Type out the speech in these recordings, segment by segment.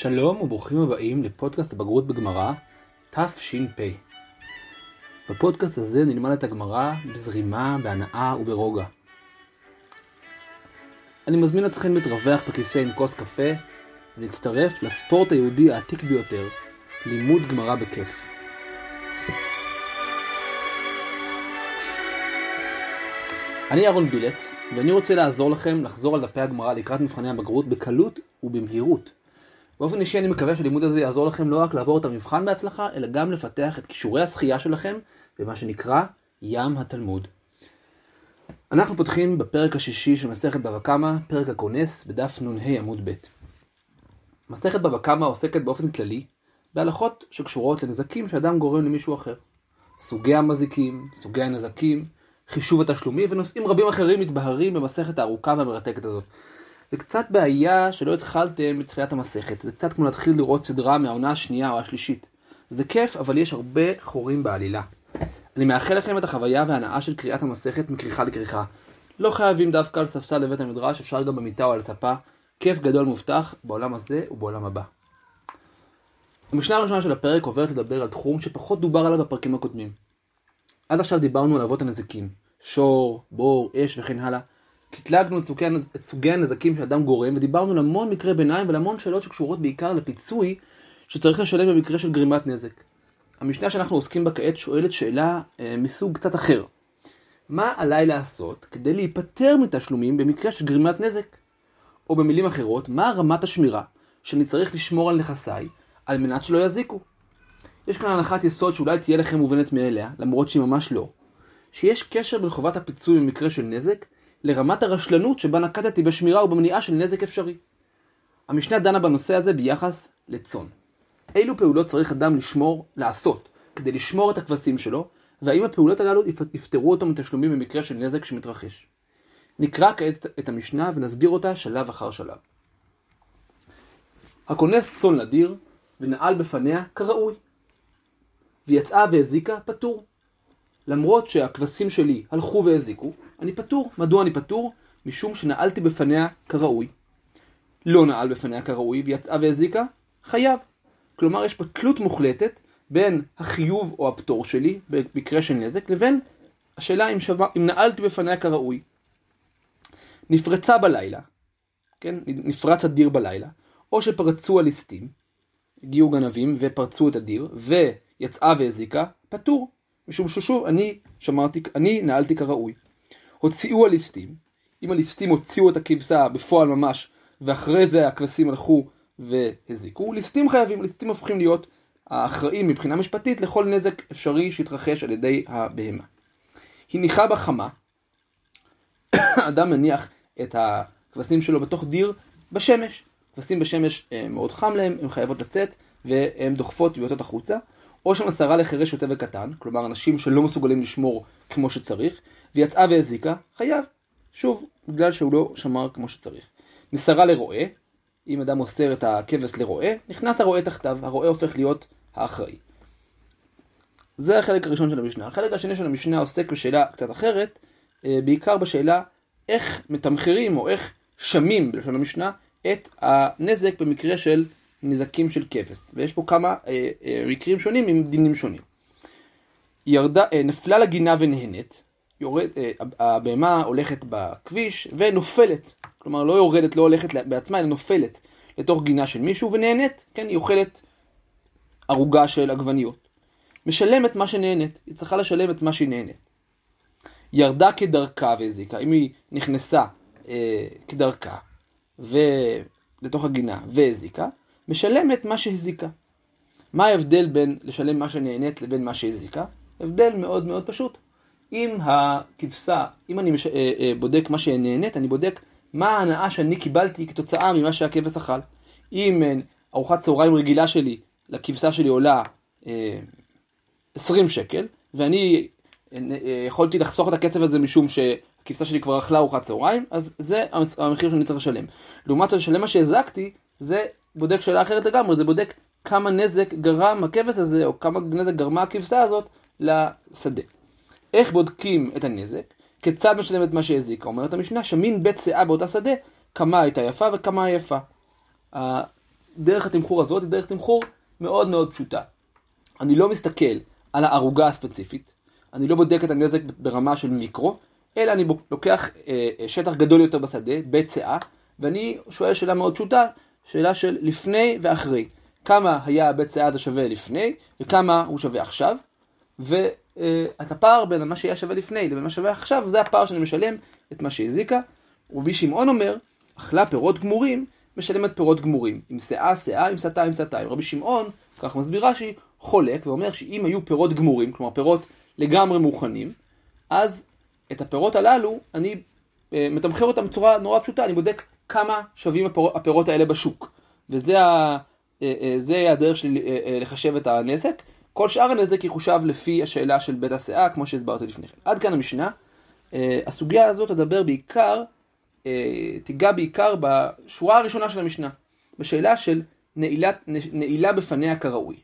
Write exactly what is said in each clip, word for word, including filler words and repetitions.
שלום וברוכים הבאים לפודקאסט הבגרות בגמרא, תש"פ. בפודקאסט הזה נלמד את הגמרא בזרימה, בהנאה וברוגע. אני מזמין אתכם להתרווח בכיסא עם כוס קפה ולהצטרף לספורט היהודי העתיק ביותר, לימוד גמרא בכיף. אני אהרון בילץ, ואני רוצה לעזור לכם לחזור על דפי הגמרא לקראת מבחני הבגרות בקלות ובמהירות. באופן אישי אני מקווה שהלימוד הזה יעזור לכם לא רק לעבור את המבחן בהצלחה, אלא גם לפתח את כישורי השחייה שלכם במה שנקרא ים התלמוד. אנחנו פותחים בפרק השישי של מסכת בבא קמא, פרק הכונס, בדף נ"ה עמוד ב'. מסכת בבא קמא עוסקת באופן כללי בהלכות שקשורות לנזקים שאדם גורם למישהו אחר. סוגי המזיקים, סוגי הנזקים, חישוב התשלומי ונושאים רבים אחרים מתבהרים במסכת הארוכה והמרתקת הזאת. זה קצת בעיה שלא התחלתם מתחילת המסכת. זה קצת כמו להתחיל לראות סדרה מהעונה השנייה או השלישית. זה כיף, אבל יש הרבה חורים בעלילה. אני מאחל לכם את החוויה וההנאה של קריאת המסכת מכריכה לכריכה. לא חייבים דווקא על ספסל לבית המדרש, אפשר גם במיטה או על ספה. כיף גדול מובטח בעולם הזה ובעולם הבא. המשנה הראשונה של הפרק עוברת לדבר על תחום שפחות דובר עליו בפרקים הקודמים. עד עכשיו דיברנו על אבות הנזקים, שור, בור, אש וכן הלאה. קטלגנו את סוגי, את סוגי הנזקים שאדם גורם, ודיברנו על המון מקרי ביניים ועל המון שאלות שקשורות בעיקר לפיצוי שצריך לשלם במקרה של גרימת נזק. המשנה שאנחנו עוסקים בה כעת שואלת שאלה אה, מסוג קצת אחר. מה עליי לעשות כדי להיפטר מתשלומים במקרה של גרימת נזק? או במילים אחרות, מה רמת השמירה שאני צריך לשמור על נכסיי על מנת שלא יזיקו? יש כאן הנחת יסוד שאולי תהיה לכם מובנת מאליה, למרות שהיא ממש לא. שיש קשר בין חובת הפיצוי במקרה של נזק לרמת הרשלנות שבה נקטתי בשמירה ובמניעה של נזק אפשרי. המשנה דנה בנושא הזה ביחס לצאן. אילו פעולות צריך אדם לשמור, לעשות, כדי לשמור את הכבשים שלו, והאם הפעולות הללו יפטרו אותו מתשלומים במקרה של נזק שמתרחש. נקרא כעת את המשנה ונסביר אותה שלב אחר שלב. הכונס צאן לדיר ונעל בפניה כראוי, ויצאה והזיקה פטור. למרות שהכבשים שלי הלכו והזיקו, אני פטור. מדוע אני פטור? משום שנעלתי בפניה כראוי. לא נעל בפניה כראוי ויצאה והזיקה, חייב. כלומר, יש פה תלות מוחלטת בין החיוב או הפטור שלי, במקרה של נזק, לבין השאלה אם, שווה, אם נעלתי בפניה כראוי. נפרצה בלילה, כן? נפרץ הדיר בלילה, או שפרצו הליסטים, הגיעו גנבים ופרצו את הדיר, ויצאה והזיקה, פטור. משום ששוב, אני שמרתי, אני נעלתי כראוי. הוציאו הליסטים, אם הליסטים הוציאו את הכבשה בפועל ממש, ואחרי זה הכבשים הלכו והזיקו, ליסטים חייבים, ליסטים הופכים להיות האחראים מבחינה משפטית לכל נזק אפשרי שהתרחש על ידי הבהמה. הניחה בחמה, אדם מניח את הכבשים שלו בתוך דיר בשמש. כבשים בשמש מאוד חם להם, הם חייבות לצאת, והן דוחפות ויוצאות החוצה. או שמסרה לחירש שוטה וקטן, כלומר אנשים שלא מסוגלים לשמור כמו שצריך, ויצאה והזיקה, חייב. שוב, בגלל שהוא לא שמר כמו שצריך. מסרה לרועה, אם אדם מוסר את הכבש לרועה, נכנס הרועה תחתיו, הרועה הופך להיות האחראי. זה החלק הראשון של המשנה. החלק השני של המשנה עוסק בשאלה קצת אחרת, בעיקר בשאלה איך מתמחרים או איך שמים בלשון המשנה את הנזק במקרה של נזקים של כבש. ויש פה כמה אה, אה, מקרים שונים עם דינים שונים. ירדה, אה, נפלה לגינה ונהנית, יורד, אה, הבהמה הולכת בכביש ונופלת, כלומר לא יורדת, לא הולכת בעצמה, אלא נופלת לתוך גינה של מישהו ונהנית, כן, היא אוכלת ערוגה של עגבניות. משלמת מה שנהנית, היא צריכה לשלם את מה שהיא נהנית. ירדה כדרכה והזיקה, אם היא נכנסה אה, כדרכה ולתוך הגינה והזיקה, משלמת מה שהזיקה. מה ההבדל בין לשלם מה שנהנית לבין מה שהזיקה? הבדל מאוד מאוד פשוט. אם הכבשה, אם אני מש... בודק מה שנהנית, אני בודק מה ההנאה שאני קיבלתי כתוצאה ממה שהכבש אכל. אם ארוחת צהריים רגילה שלי, לכבשה שלי עולה עשרים שקל, ואני יכולתי לחסוך את הכסף הזה משום שהכבשה שלי כבר אכלה ארוחת צהריים, אז זה המחיר שאני צריך לשלם. לעומת זאת, לשלם מה שהזקתי, זה בודק שאלה אחרת לגמרי, זה בודק כמה נזק גרם הכבש הזה, או כמה נזק גרמה הכבשה הזאת לשדה. איך בודקים את הנזק? כיצד משלם את מה שהזיקה? אומרת המשנה, שמין בית שאה באותה שדה, כמה הייתה יפה וכמה יפה. דרך התמחור הזאת היא דרך תמחור מאוד מאוד פשוטה. אני לא מסתכל על הערוגה הספציפית, אני לא בודק את הנזק ברמה של מיקרו, אלא אני לוקח אה, שטח גדול יותר בשדה, בית סאה, ואני שואל שאלה מאוד פשוטה, שאלה של לפני ואחרי. כמה היה הבית סאה הזה שווה לפני, וכמה הוא שווה עכשיו, ואת הפער בין מה שהיה שווה לפני לבין מה שווה עכשיו, זה הפער שאני משלם את מה שהזיקה. רבי שמעון אומר, אכלה פירות גמורים, משלמת פירות גמורים. עם שאה, שאה, עם סתה, עם סתה. רבי שמעון, כך מסבירה שהיא חולק, ואומר שאם היו פירות גמורים, כלומר פירות לגמרי מוכנים, אז את הפירות הללו, אני אה, מתמחר אותם בצורה נורא פשוטה, אני בודק כמה שווים הפירות, הפירות האלה בשוק. וזה ה, אה, אה, זה הדרך שלי אה, אה, לחשב את הנזק. כל שאר הנזק יחושב לפי השאלה של בית הסאה, כמו שהסברתי לפני כן. עד כאן המשנה. אה, הסוגיה הזאת תדבר בעיקר, אה, תיגע בעיקר בשורה הראשונה של המשנה, בשאלה של נעילה, נעילה בפניה כראוי.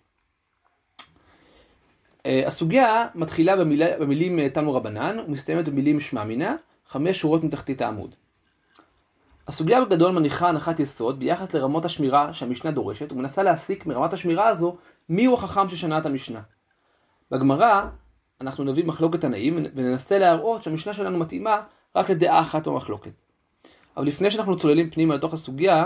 הסוגיה מתחילה במילה, במילים תנו רבנן, ומסתיימת במילים שמע מינה, חמש שורות מתחתית העמוד. הסוגיה בגדול מניחה הנחת יסוד ביחס לרמות השמירה שהמשנה דורשת, ומנסה להסיק מרמת השמירה הזו מיהו החכם ששנה את המשנה. בגמרא אנחנו נביא מחלוקת תנאים וננסה להראות שהמשנה שלנו מתאימה רק לדעה אחת במחלוקת. אבל לפני שאנחנו צוללים פנימה לתוך הסוגיה,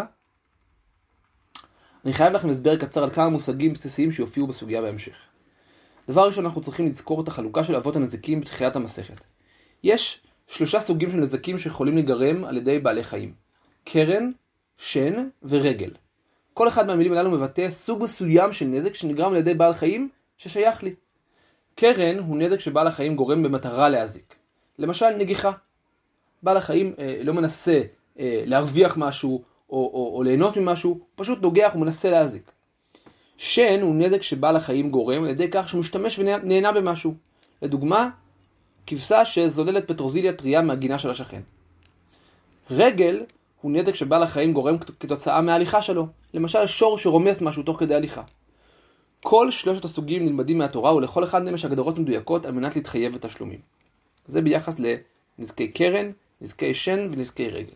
אני חייב לכם הסבר קצר על כמה מושגים בסיסיים שיופיעו בסוגיה בהמשך. דבר ראשון, אנחנו צריכים לזכור את החלוקה של אבות הנזקים בתחילת המסכת. יש שלושה סוגים של נזקים שיכולים להיגרם על ידי בעלי חיים. קרן, שן ורגל. כל אחד מהמילים הללו מבטא סוג מסוים של נזק שנגרם על ידי בעל חיים ששייך לי. קרן הוא נזק שבעל החיים גורם במטרה להזיק. למשל נגיחה. בעל החיים אה, לא מנסה אה, להרוויח משהו או, או, או ליהנות ממשהו, פשוט נוגח ומנסה להזיק. שן הוא נזק שבעל החיים גורם על ידי כך שהוא משתמש ונהנה במשהו. לדוגמה, כבשה שזוללת פטרוזיליה טריה מהגינה של השכן. רגל הוא נזק שבעל החיים גורם כתוצאה מההליכה שלו. למשל שור שרומס משהו תוך כדי הליכה. כל שלושת הסוגים נלמדים מהתורה ולכל אחד מהם יש הגדרות מדויקות על מנת להתחייב בתשלומים. זה ביחס לנזקי קרן, נזקי שן ונזקי רגל.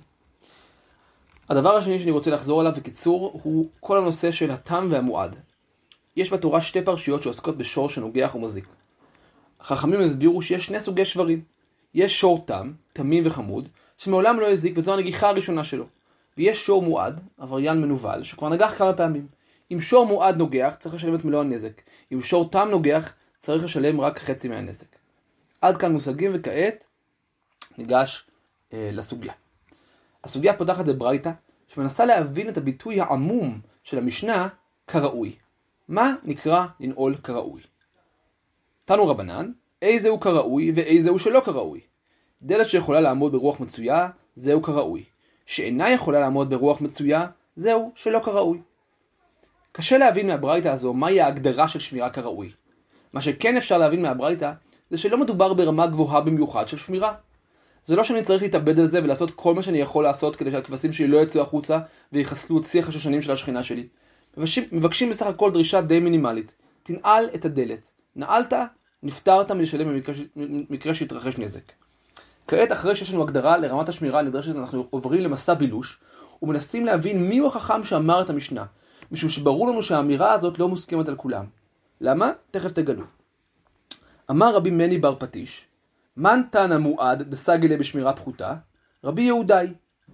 הדבר השני שאני רוצה לחזור עליו בקיצור הוא כל הנושא של התם והמועד. יש בתורה שתי פרשיות שעוסקות בשור שנוגח ומזיק. החכמים הסבירו שיש שני סוגי שברים. יש שור תם, תמים וחמוד, שמעולם לא הזיק וזו הנגיחה הראשונה שלו. ויש שור מועד, עבריין מנוול, שכבר נגח כמה פעמים. אם שור מועד נוגח, צריך לשלם את מלוא הנזק. אם שור תם נוגח, צריך לשלם רק חצי מהנזק. עד כאן מושגים וכעת ניגש אה, לסוגיה. הסוגיה פותחת בברייתא, שמנסה להבין את הביטוי העמום של המשנה כראוי. מה נקרא לנעול כראוי? תנו רבנן, איזה הוא כראוי ואיזה הוא שלא כראוי. דלת שיכולה לעמוד ברוח מצויה, זהו כראוי. שאינה יכולה לעמוד ברוח מצויה, זהו שלא כראוי. קשה להבין מהברייתא הזו מהי ההגדרה של שמירה כראוי. מה שכן אפשר להבין מהברייתא, זה שלא מדובר ברמה גבוהה במיוחד של שמירה. זה לא שאני צריך להתאבד על זה ולעשות כל מה שאני יכול לעשות כדי שהכבשים שלי לא יצאו החוצה ויחסלו את שיח השושנים של השכינה שלי. מבקשים, מבקשים בסך הכל דרישה די מינימלית. תנעל את הדלת. נעלת, נפטרת מלשלם במקרה, במקרה שהתרחש נזק. כעת אחרי שיש לנו הגדרה לרמת השמירה הנדרשת, אנחנו עוברים למסע בילוש ומנסים להבין מיהו החכם שאמר את המשנה. משום שברור לנו שהאמירה הזאת לא מוסכמת על כולם. למה? תכף תגלו. אמר רבי מני בר פטיש, מן תנא מועד דסגלה בשמירה פחותה? רבי יהודאי.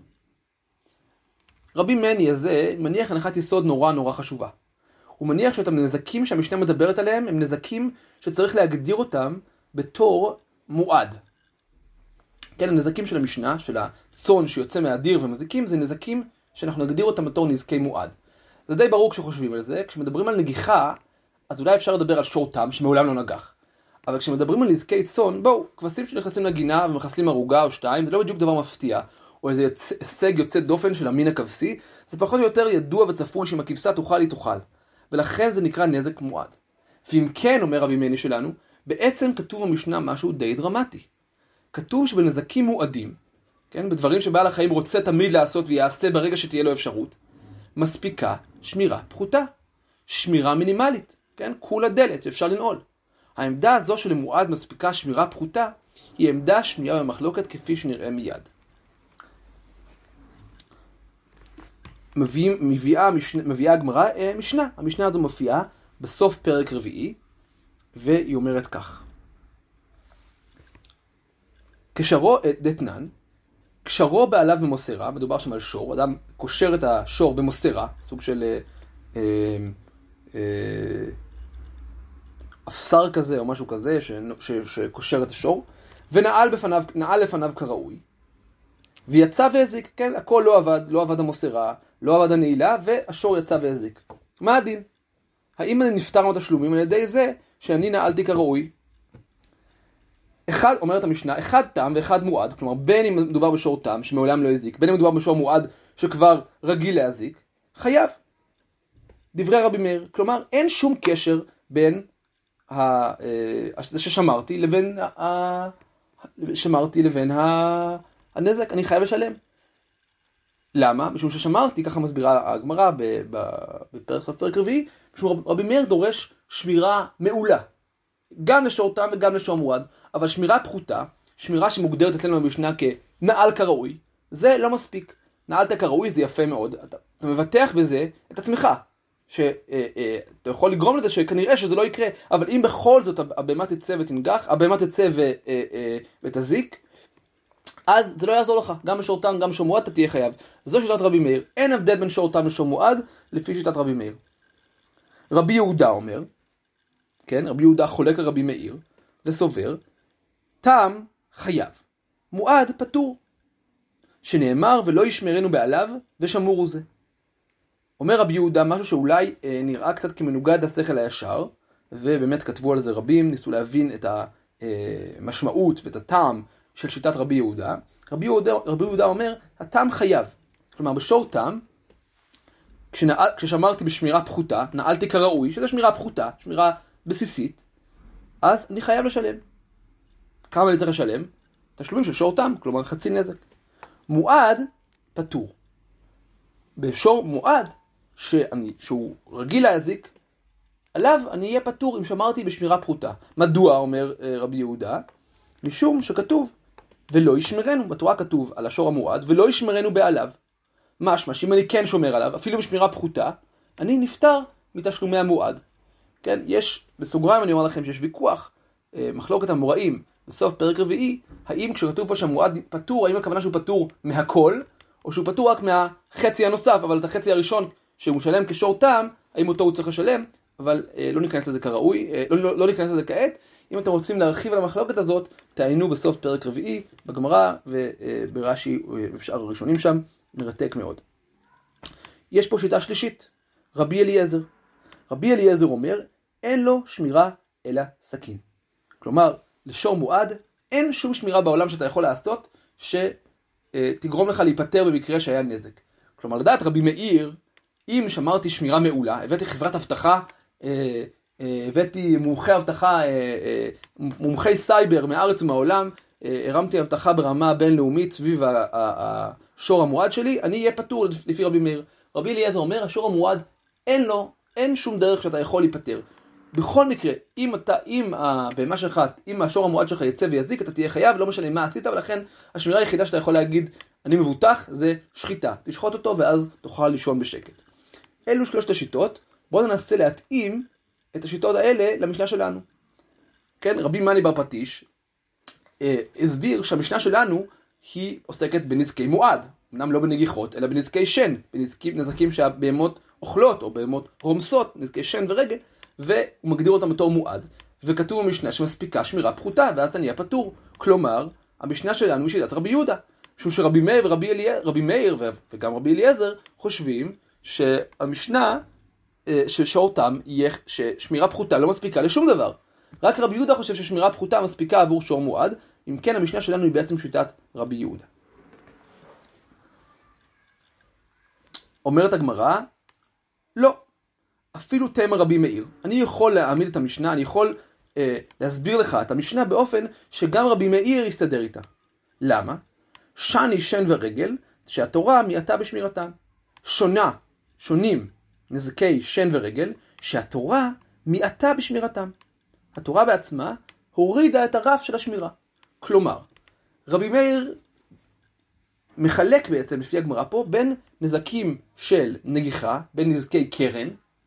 רבי מני הזה מניח הנחת יסוד נורא נורא חשובה. הוא מניח שאותם נזקים שהמשנה מדברת עליהם הם נזקים שצריך להגדיר אותם בתור מועד. כן, הנזקים של המשנה, של הצאן שיוצא מהדיר ומזיקים, זה נזקים שאנחנו נגדיר אותם בתור נזקי מועד. זה די ברור כשחושבים על זה. כשמדברים על נגיחה, אז אולי אפשר לדבר על שור תם שמעולם לא נגח. אבל כשמדברים על נזקי צאן, בואו, כבשים שנכנסים לגינה ומחסלים ערוגה או שתיים, זה לא בדיוק דבר מפתיע, או איזה הישג יוצא דופן של המין הכבשי, זה פחות או יותר ידוע וצפוי שאם הכבשה תאכל היא תאכל. ולכן זה נקרא נזק מועד. ואם כן, אומר רבי מני שלנו, בעצם כתוב במשנה משהו די דרמטי. כתוב שבנזקים מועדים, כן, בדברים שבעל החיים רוצה תמיד לעשות ויעשה ברגע שתהיה לו אפשרות, מספיקה שמירה פחותה, שמירה מינימלית, כן, כולה דלת שאפשר לנעול. העמדה הזו של מועד מספיקה שמירה פחותה, היא עמדה שנויה במחלוקת כפי שנראה מיד. מביא, מביאה, משנה, מביאה הגמרא אה, משנה. המשנה הזו מופיעה בסוף פרק רביעי, והיא אומרת כך. קשרו דתנן, קשרו בעליו במוסרה, מדובר שם על שור, אדם קושר את השור במוסרה, סוג של אה, אה, אה, אפסר כזה או משהו כזה ש, ש, שקושר את השור, ונעל בפניו, נעל לפניו כראוי. ויצא והזיק, כן, הכל לא עבד, לא עבד המוסרה, לא עבד הנעילה, והשור יצא והזיק. מה הדין? האם אני נפטר מהתשלומים על ידי זה שאני נעלתי כראוי? אחד, אומרת המשנה, אחד תם ואחד מועד, כלומר בין אם מדובר בשור תם שמעולם לא הזיק, בין אם מדובר בשור מועד שכבר רגיל להזיק, חייב. דברי רבי מאיר, כלומר אין שום קשר בין ה, זה ששמרתי לבין ה, שמרתי לבין ה, הנזק, אני חייב לשלם. למה? משום ששמרתי, ככה מסבירה הגמרא בפרק סוף פרק רביעי, משום רבי מאיר דורש שמירה מעולה. גם לשור תם וגם לשור מועד, אבל שמירה פחותה, שמירה שמוגדרת אצלנו במשנה כנעל כראוי, זה לא מספיק. נעלת כראוי זה יפה מאוד, אתה, אתה מבטח בזה את עצמך, שאתה יכול לגרום לזה שכנראה שזה לא יקרה, אבל אם בכל זאת הבהמה תצא ותנגח, הבהמה תצא ותזיק, אז זה לא יעזור לך, גם בשור תם, גם בשור מועד אתה תהיה חייב. זו שיטת רבי מאיר, אין הבדל בין שור תם לשור מועד, לפי שיטת רבי מאיר. רבי יהודה אומר, כן, רבי יהודה חולק על רבי מאיר, וסובר, תם חייב, מועד פטור, שנאמר ולא ישמרנו בעליו ושמורו זה. אומר רבי יהודה משהו שאולי אה, נראה קצת כמנוגד לשכל הישר, ובאמת כתבו על זה רבים, ניסו להבין את המשמעות ואת הטעם של שיטת רבי יהודה. רבי יהודה, רבי יהודה אומר, הטעם חייב, כלומר בשור תם, כשנעל, כששמרתי בשמירה פחותה, נעלתי כראוי, שזה שמירה פחותה, שמירה בסיסית, אז אני חייב לשלם. כמה אני צריך לשלם? תשלומים של שור תם, כלומר חצי נזק. מועד פטור. בשור מועד, שאני, שהוא רגיל להזיק, עליו אני אהיה פטור אם שמרתי בשמירה פחותה. מדוע, אומר רבי יהודה? משום שכתוב, ולא ישמרנו, בתורה כתוב על השור המועד, ולא ישמרנו בעליו. משמע, שאם אני כן שומר עליו, אפילו בשמירה פחותה, אני נפטר מתשלומי המועד. כן, יש, בסוגריים אני אומר לכם שיש ויכוח, מחלוקת המוראים, בסוף פרק רביעי, האם כשכתוב פה שהמועד פטור, האם הכוונה שהוא פטור מהכל, או שהוא פטור רק מהחצי הנוסף, אבל את החצי הראשון שהוא משלם כשור תם, האם אותו הוא צריך לשלם, אבל אה, לא ניכנס לזה כראוי, אה, לא, לא, לא ניכנס לזה כעת. אם אתם רוצים להרחיב על המחלוקת הזאת, תעיינו בסוף פרק רביעי, בגמרא וברש"י ובשאר הראשונים שם, מרתק מאוד. יש פה שיטה שלישית, רבי אליעזר. רבי אליעזר אומר, אין לו שמירה אלא סכין. כלומר, לשור מועד, אין שום שמירה בעולם שאתה יכול לעשות, שתגרום לך להיפטר במקרה שהיה נזק. כלומר, לדעת רבי מאיר, אם שמרתי שמירה מעולה, הבאתי חברת הבטחה, הבאתי מומחי הבטחה, מומחי סייבר מארץ ומהעולם, הרמתי הבטחה ברמה בינלאומית סביב השור המועד שלי, אני אהיה פטור לפי רבי מאיר. רבי אליעזר אומר, השור המועד אין לו, אין שום דרך שאתה יכול להיפטר. בכל מקרה, אם אתה, אם הבהמה שלך, אם השור המועד שלך יצא ויזיק, אתה תהיה חייב, לא משנה מה עשית, ולכן השמירה היחידה שאתה יכול להגיד, אני מבוטח, זה שחיטה. תשחוט אותו ואז תוכל לישון בשקט. אלו שלושת השיטות, בואו ננסה להתאים את השיטות האלה למשנה שלנו. כן, רבי מני בר פטיש אה, הסביר שהמשנה שלנו היא עוסקת בנזקי מועד, אמנם לא בנגיחות, אלא בנזקי שן, בנזקים, נזקים שהבהמות אוכלות או בהמות רומסות, נזקי שן ורגל, והוא מגדיר אותם בתור מועד, וכתוב במשנה שמספיקה שמירה פחותה, ואז אני אהיה פטור. כלומר, המשנה שלנו היא שיטת רבי יהודה, משום שרבי מאיר ורבי אליעזר, רבי מאיר וגם רבי אליעזר חושבים שהמשנה, ששורתם יהיה, ששמירה פחותה לא מספיקה לשום דבר. רק רבי יהודה חושב ששמירה פחותה מספיקה עבור שור מועד, אם כן המשנה שלנו היא בעצם שיטת רבי יהודה. אומרת הגמרא, לא. אפילו תמר רבי מאיר. אני יכול להעמיד את המשנה, אני יכול אה, להסביר לך את המשנה באופן שגם רבי מאיר יסתדר איתה. למה? שני שן ורגל, שהתורה מיעטה בשמירתם. שונה, שונים, נזקי שן ורגל, שהתורה מיעטה בשמירתם. התורה בעצמה הורידה את הרף של השמירה. כלומר, רבי מאיר מחלק בעצם, לפי הגמרא פה, בין נזקים של נגיחה, בין נזקי קרן,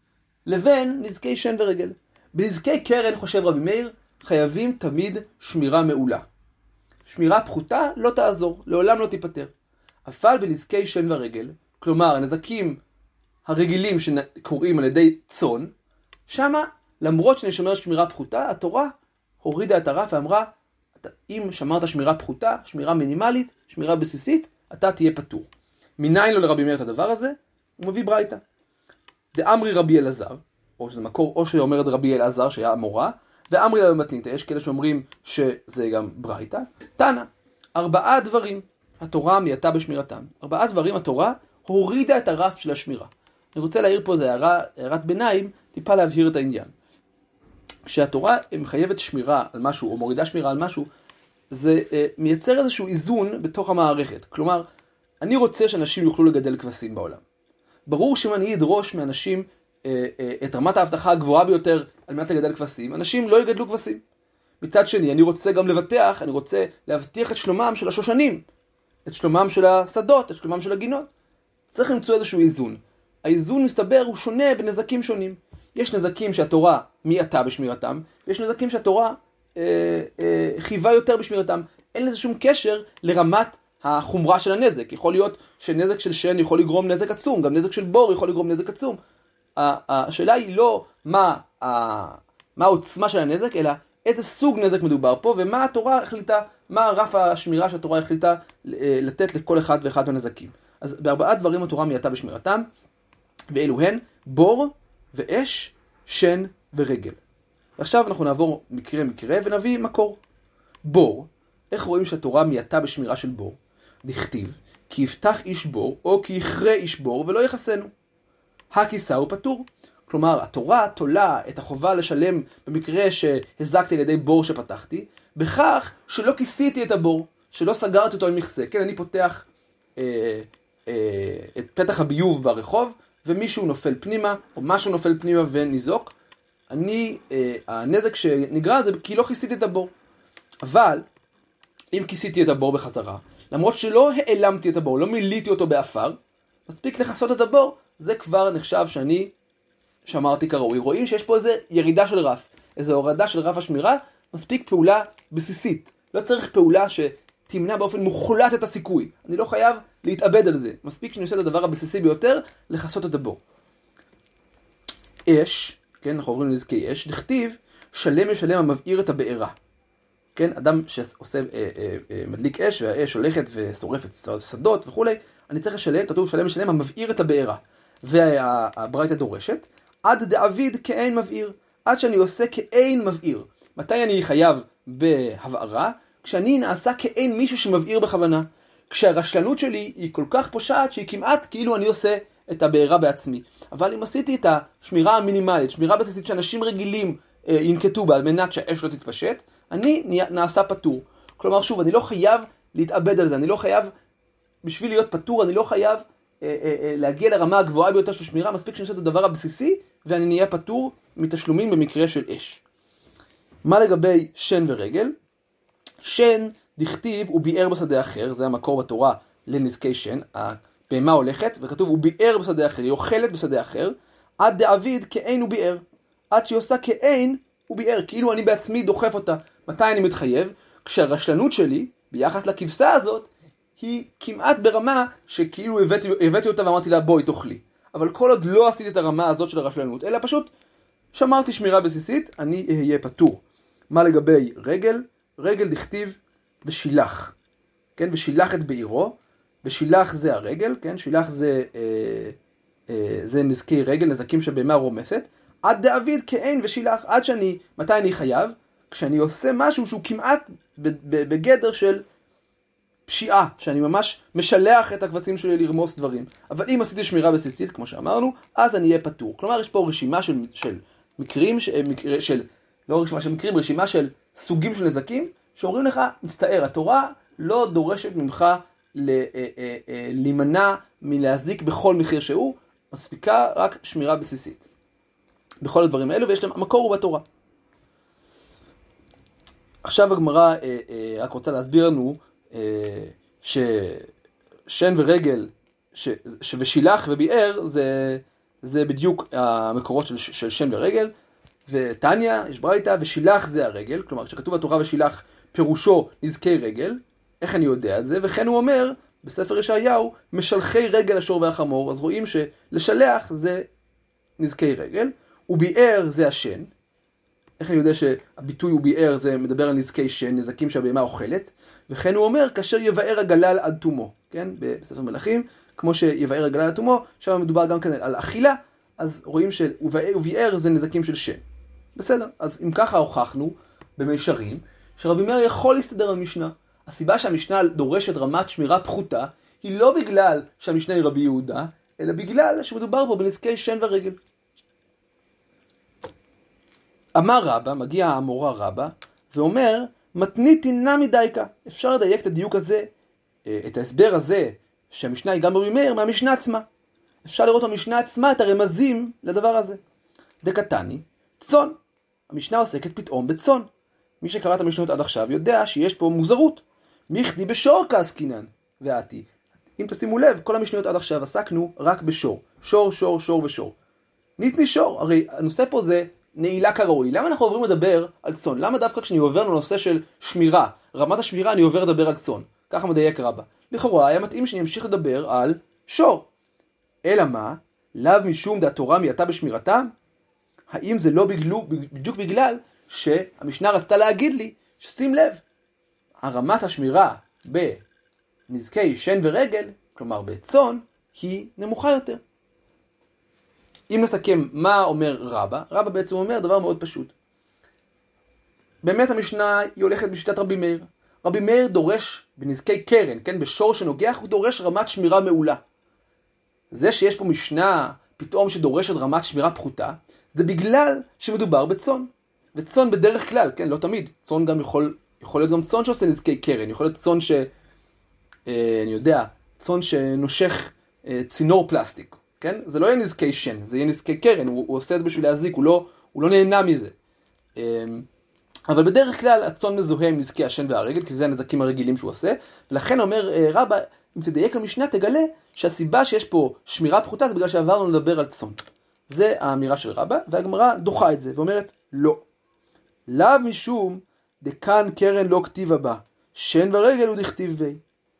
לבין נזקי שן ורגל. בנזקי קרן, חושב רבי מאיר, חייבים תמיד שמירה מעולה. שמירה פחותה לא תעזור, לעולם לא תיפטר. אבל בנזקי שן ורגל, כלומר, הנזקים הרגילים שקוראים על ידי צאן, שמה, למרות שנשמר שמירה פחותה, התורה הורידה את הרף ואמרה, אם שמרת שמירה פחותה, שמירה מינימלית, שמירה בסיסית, אתה תהיה פטור. מניין לו לרבי מאיר את הדבר הזה? הוא מביא ברייתא. דאמרי רבי אלעזר, או שזה מקור, או שאומר את רבי אלעזר, שהיה המורה, ואמרי לה במתניתא, יש כאלה שאומרים שזה גם ברייתא. תנא, ארבעה דברים התורה מייתה בשמירתם. ארבעה דברים התורה הורידה את הרף של השמירה. אני רוצה להעיר פה, זה הערה, הערת ביניים, טיפה להבהיר את העניין. כשהתורה מחייבת שמירה על משהו, או מורידה שמירה על משהו, זה אה, מייצר איזשהו איזון בתוך המערכת. כלומר, אני רוצה שאנשים יוכלו לגדל כבשים בעולם. ברור שאם אני אדרוש מאנשים אה, אה, את רמת ההבטחה הגבוהה ביותר על מנת לגדל כבשים, אנשים לא יגדלו כבשים. מצד שני, אני רוצה גם לבטח, אני רוצה להבטיח את שלומם של השושנים, את שלומם של השדות, את שלומם של הגינות. צריך למצוא איזשהו איזון. האיזון מסתבר הוא שונה בנזקים שונים. יש נזקים שהתורה מייתה בשמירתם, ויש נזקים שהתורה אה, אה, חייבה יותר בשמירתם. אין לזה שום קשר לרמת החומרה של הנזק. יכול להיות שנזק של שן יכול לגרום נזק עצום, גם נזק של בור יכול לגרום נזק עצום. השאלה היא לא מה, מה העוצמה של הנזק, אלא איזה סוג נזק מדובר פה, ומה התורה החליטה, מה רף השמירה שהתורה החליטה לתת לכל אחד ואחד מהנזקים. אז בארבעה דברים התורה מייתה בשמירתם, ואלו הן בור ואש, שן ורגל. ועכשיו אנחנו נעבור מקרה מקרה ונביא מקור. בור, איך רואים שהתורה מייתה בשמירה של בור? דכתיב, כי יפתח איש בור, או כי יכרה איש בור, ולא יחסנו. הכיסה הוא פטור. כלומר, התורה תולה את החובה לשלם במקרה שהזקתי על ידי בור שפתחתי, בכך שלא כיסיתי את הבור, שלא סגרתי אותו על מכסה. כן, אני פותח אה, אה, את פתח הביוב ברחוב, ומישהו נופל פנימה, או משהו נופל פנימה וניזוק. אני, אה, הנזק שנגרע זה כי לא כיסיתי את הבור. אבל, אם כיסיתי את הבור בחזרה, למרות שלא העלמתי את הבור, לא מיליתי אותו באפר, מספיק לחסות את הבור, זה כבר נחשב שאני שמרתי כראוי. רואים שיש פה איזה ירידה של רף, איזו הורדה של רף השמירה, מספיק פעולה בסיסית. לא צריך פעולה שתמנע באופן מוחלט את הסיכוי. אני לא חייב להתאבד על זה. מספיק שאני עושה את הדבר הבסיסי ביותר, לחסות את הבור. אש, כן, אנחנו עוברים לנזקי אש, דכתיב, שלם משלם המבעיר את הבעירה. כן, אדם שעושה, אה, אה, אה, מדליק אש, והאש הולכת ושורפת שדות וכו', אני צריך לשלם, כתוב שלם משלם המבעיר את הבעירה. והברייתא דורשת, עד דאביד כאין מבעיר, עד שאני עושה כאין מבעיר. מתי אני חייב בהבערה? כשאני נעשה כאין מישהו שמבעיר בכוונה. כשהרשלנות שלי היא כל כך פושעת שהיא כמעט כאילו אני עושה את הבעירה בעצמי. אבל אם עשיתי את השמירה המינימלית, שמירה בסיסית שאנשים רגילים אה, ינקטו בה על מנת שהאש לא תתפשט, אני נעשה פטור. כלומר שוב, אני לא חייב להתאבד על זה, אני לא חייב, בשביל להיות פטור, אני לא חייב אה, אה, אה, להגיע לרמה הגבוהה ביותר של שמירה, מספיק שאני עושה את הדבר הבסיסי, ואני נהיה פטור מתשלומים במקרה של אש. מה לגבי שן ורגל? שן, דכתיב, הוא ביער בשדה אחר, זה המקור בתורה לנזקי שן, הבהמה הולכת, וכתוב, הוא ביער בשדה אחר, היא אוכלת בשדה אחר, עד דאביד כאין הוא ביער, עד שהיא עושה כאין הוא ביער, כאילו אני בעצמי דוחף אותה. מתי אני מתחייב? כשהרשלנות שלי, ביחס לכבשה הזאת, היא כמעט ברמה שכאילו הבאתי, הבאתי אותה ואמרתי לה, בואי תאכלי. אבל כל עוד לא עשיתי את הרמה הזאת של הרשלנות, אלא פשוט שמרתי שמירה בסיסית, אני אהיה פטור. מה לגבי רגל? רגל דכתיב בשילח, כן? בשילח את בעירו, בשילח זה הרגל, כן? שילח זה, אה, אה, זה נזקי רגל, נזקים שבהמה רומסת, עד דאביד כאין ושילח, עד שאני, מתי אני חייב? כשאני עושה משהו שהוא כמעט בגדר של פשיעה, שאני ממש משלח את הכבשים שלי לרמוס דברים. אבל אם עשיתי שמירה בסיסית, כמו שאמרנו, אז אני אהיה פטור. כלומר, יש פה רשימה של, של מקרים, של, של, לא רשימה של מקרים, רשימה של סוגים של נזקים, שאומרים לך, מצטער, התורה לא דורשת ממך להימנע מלהזיק בכל מחיר שהוא, מספיקה רק שמירה בסיסית. בכל הדברים האלו, ויש להם, המקור הוא בתורה. עכשיו הגמרא אה, אה, רק רוצה להסביר לנו, אה, ש... שן ורגל, ש, ש, ושילח וביער, זה, זה בדיוק המקורות של, של שן ורגל, וטניה, יש ברייתא, ושילח זה הרגל, כלומר, כשכתוב בתורה ושילח, פירושו נזקי רגל, איך אני יודע את זה? וכן הוא אומר, בספר ישעיהו, משלחי רגל השור והחמור, אז רואים שלשלח זה נזקי רגל, וביער זה השן, איך אני יודע שהביטוי הוא ביער, זה מדבר על נזקי שן, נזקים שהבהמה אוכלת, וכן הוא אומר, כאשר יבער הגלל עד תומו, כן? בספר מלכים, כמו שיבער הגלל עד תומו, שם מדובר גם כן על אכילה, אז רואים שביער זה נזקים של שן. בסדר, אז אם ככה הוכחנו במישרים, שרבי מאיר יכול להסתדר במשנה. הסיבה שהמשנה דורשת רמת שמירה פחותה, היא לא בגלל שהמשנה היא רבי יהודה, אלא בגלל שמדובר פה בנזקי שן ורגל. אמר רבא, מגיע האמורא רבא, ואומר, מתניתי נמי דייקה. אפשר לדייק את הדיוק הזה, את ההסבר הזה, שהמשנה היא גם רבי מאיר, מהמשנה עצמה. אפשר לראות במשנה עצמה את הרמזים לדבר הזה. דקתני, צאן. המשנה עוסקת פתאום בצאן. מי שקרא את המשנות עד עכשיו יודע שיש פה מוזרות. מיכדי בשור כעסקינן. ועתי. אם תשימו לב, כל המשנות עד עכשיו עסקנו רק בשור. שור, שור, שור ושור. ניתני שור. הרי הנושא פה זה נעילה כראוי. למה אנחנו עוברים לדבר על צאן? למה דווקא כשאני עובר לנושא של שמירה, רמת השמירה, אני עובר לדבר על צאן? ככה מדייק רבא. לכאורה היה מתאים שאני אמשיך לדבר על שור. אלא מה? לאו משום דהתורה מייתה בשמירתם? האם זה לא בגלו, בדיוק בגלל שהמשנה רצתה להגיד לי ששים לב, הרמת השמירה בנזקי שן ורגל, כלומר בצאן, היא נמוכה יותר. אם נסכם מה אומר רבא, רבא בעצם אומר דבר מאוד פשוט. באמת המשנה היא הולכת בשיטת רבי מאיר. רבי מאיר דורש בנזקי קרן, כן, בשור שנוגח, הוא דורש רמת שמירה מעולה. זה שיש פה משנה פתאום שדורשת רמת שמירה פחותה, זה בגלל שמדובר בצאן. וצאן בדרך כלל, כן, לא תמיד. צאן גם יכול, יכול להיות גם צאן שעושה נזקי קרן. יכול להיות צאן ש... אה, אני יודע, צאן שנושך אה, צינור פלסטיק. כן? זה לא יהיה נזקי שן, זה יהיה נזקי קרן. הוא, הוא עושה את זה בשביל להזיק, הוא לא, הוא לא נהנה מזה. אה, אבל בדרך כלל הצאן מזוהה עם נזקי השן והרגל, כי זה הנזקים הרגילים שהוא עושה. ולכן אומר אה, רבא, אם תדייק המשנה, תגלה שהסיבה שיש פה שמירה פחותה זה בגלל שעברנו לדבר על צאן. זה האמירה של רבא, והגמרא דוחה את זה, ואומרת, לא. לאו משום דקן קרן לא כתיבה בה, שן ורגל הוא דכתיב בי.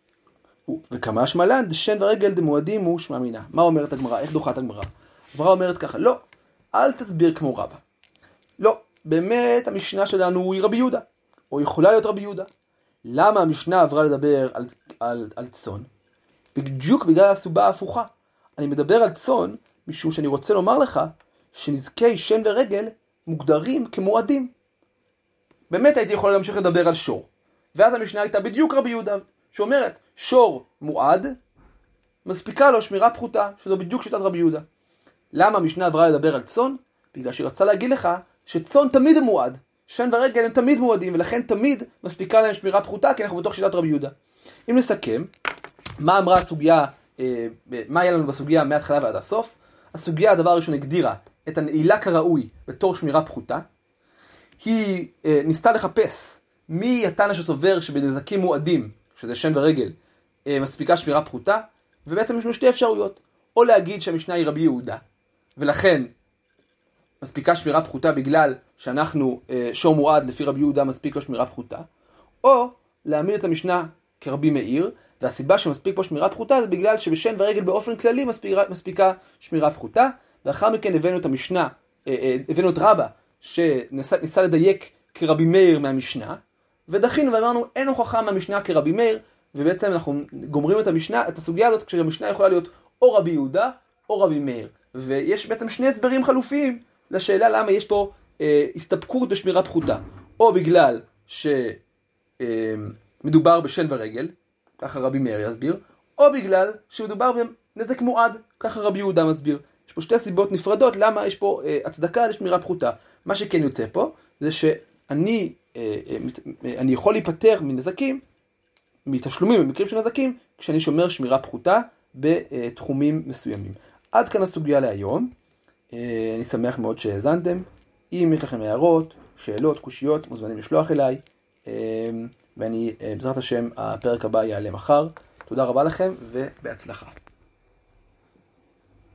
וכמה שמלן, דשן ורגל דמועדים הוא שמע מינה. מה אומרת הגמרא? איך דוחה את הגמרא? הגמרא אומרת ככה, לא, אל תסביר כמו רבא. לא, באמת המשנה שלנו היא רבי יהודה, או יכולה להיות רבי יהודה. למה המשנה עברה לדבר על, על, על צאן? בדיוק בגלל הסיבה ההפוכה. אני מדבר על צאן, משום שאני רוצה לומר לך, שנזקי שן ורגל מוגדרים כמועדים. באמת הייתי יכול להמשיך לדבר על שור. ואז המשנה הייתה בדיוק רבי יהודה, שאומרת, שור מועד, מספיקה לו שמירה פחותה, שזו בדיוק שיטת רבי יהודה. למה המשנה עברה לדבר על צאן? בגלל שהיא רצה להגיד לך, שצאן תמיד מועד. שן ורגל הם תמיד מועדים, ולכן תמיד מספיקה להם שמירה פחותה, כי אנחנו בתוך שיטת רבי יהודה. אם נסכם, מה אמרה הסוגיה, אה, מה היה לנו בסוגיה מההתחלה ועד הסוף? הסוגיה, הדבר הראשון, הגדירה את הנעילה כראוי בתור שמירה פחותה. היא אה, ניסתה לחפש מי התנא שסובר שבנזקים מועדים, שזה שן ורגל, אה, מספיקה שמירה פחותה, ובעצם יש לנו שתי אפשרויות. או להגיד שהמשנה היא רבי יהודה, ולכן מספיקה שמירה פחותה בגלל שאנחנו אה, שור מועד לפי רבי יהודה מספיק לו שמירה פחותה, או להעמיד את המשנה כרבי מאיר, והסיבה שמספיק פה שמירה פחותה זה בגלל שבשן ורגל באופן כללי מספיקה, מספיקה שמירה פחותה, ואחר מכן הבאנו את המשנה, הבאנו את רבא, שניסה לדייק כרבי מאיר מהמשנה, ודחינו ואמרנו אין הוכחה מהמשנה כרבי מאיר, ובעצם אנחנו גומרים את המשנה, את הסוגיה הזאת, כשהמשנה יכולה להיות או רבי יהודה או רבי מאיר, ויש בעצם שני הסברים חלופיים לשאלה למה יש פה אה, הסתפקות בשמירה פחותה, או בגלל שמדובר אה, בשן ורגל, ככה רבי מאיר יסביר, או בגלל שמדובר בנזק מועד, ככה רבי יהודה מסביר. יש פה שתי סיבות נפרדות למה יש פה אה, הצדקה לשמירה פחותה. מה שכן יוצא פה זה שאני אה, אה, אני יכול להיפטר מנזקים, מתשלומים במקרים של נזקים, כשאני שומר שמירה פחותה בתחומים מסוימים. עד כאן הסוגיה להיום. אה, אני שמח מאוד שהאזנתם. אם יש לכם הערות, שאלות, קושיות, מוזמנים לשלוח אליי. אה, ואני, בעזרת השם, הפרק הבא יעלה מחר. תודה רבה לכם ובהצלחה.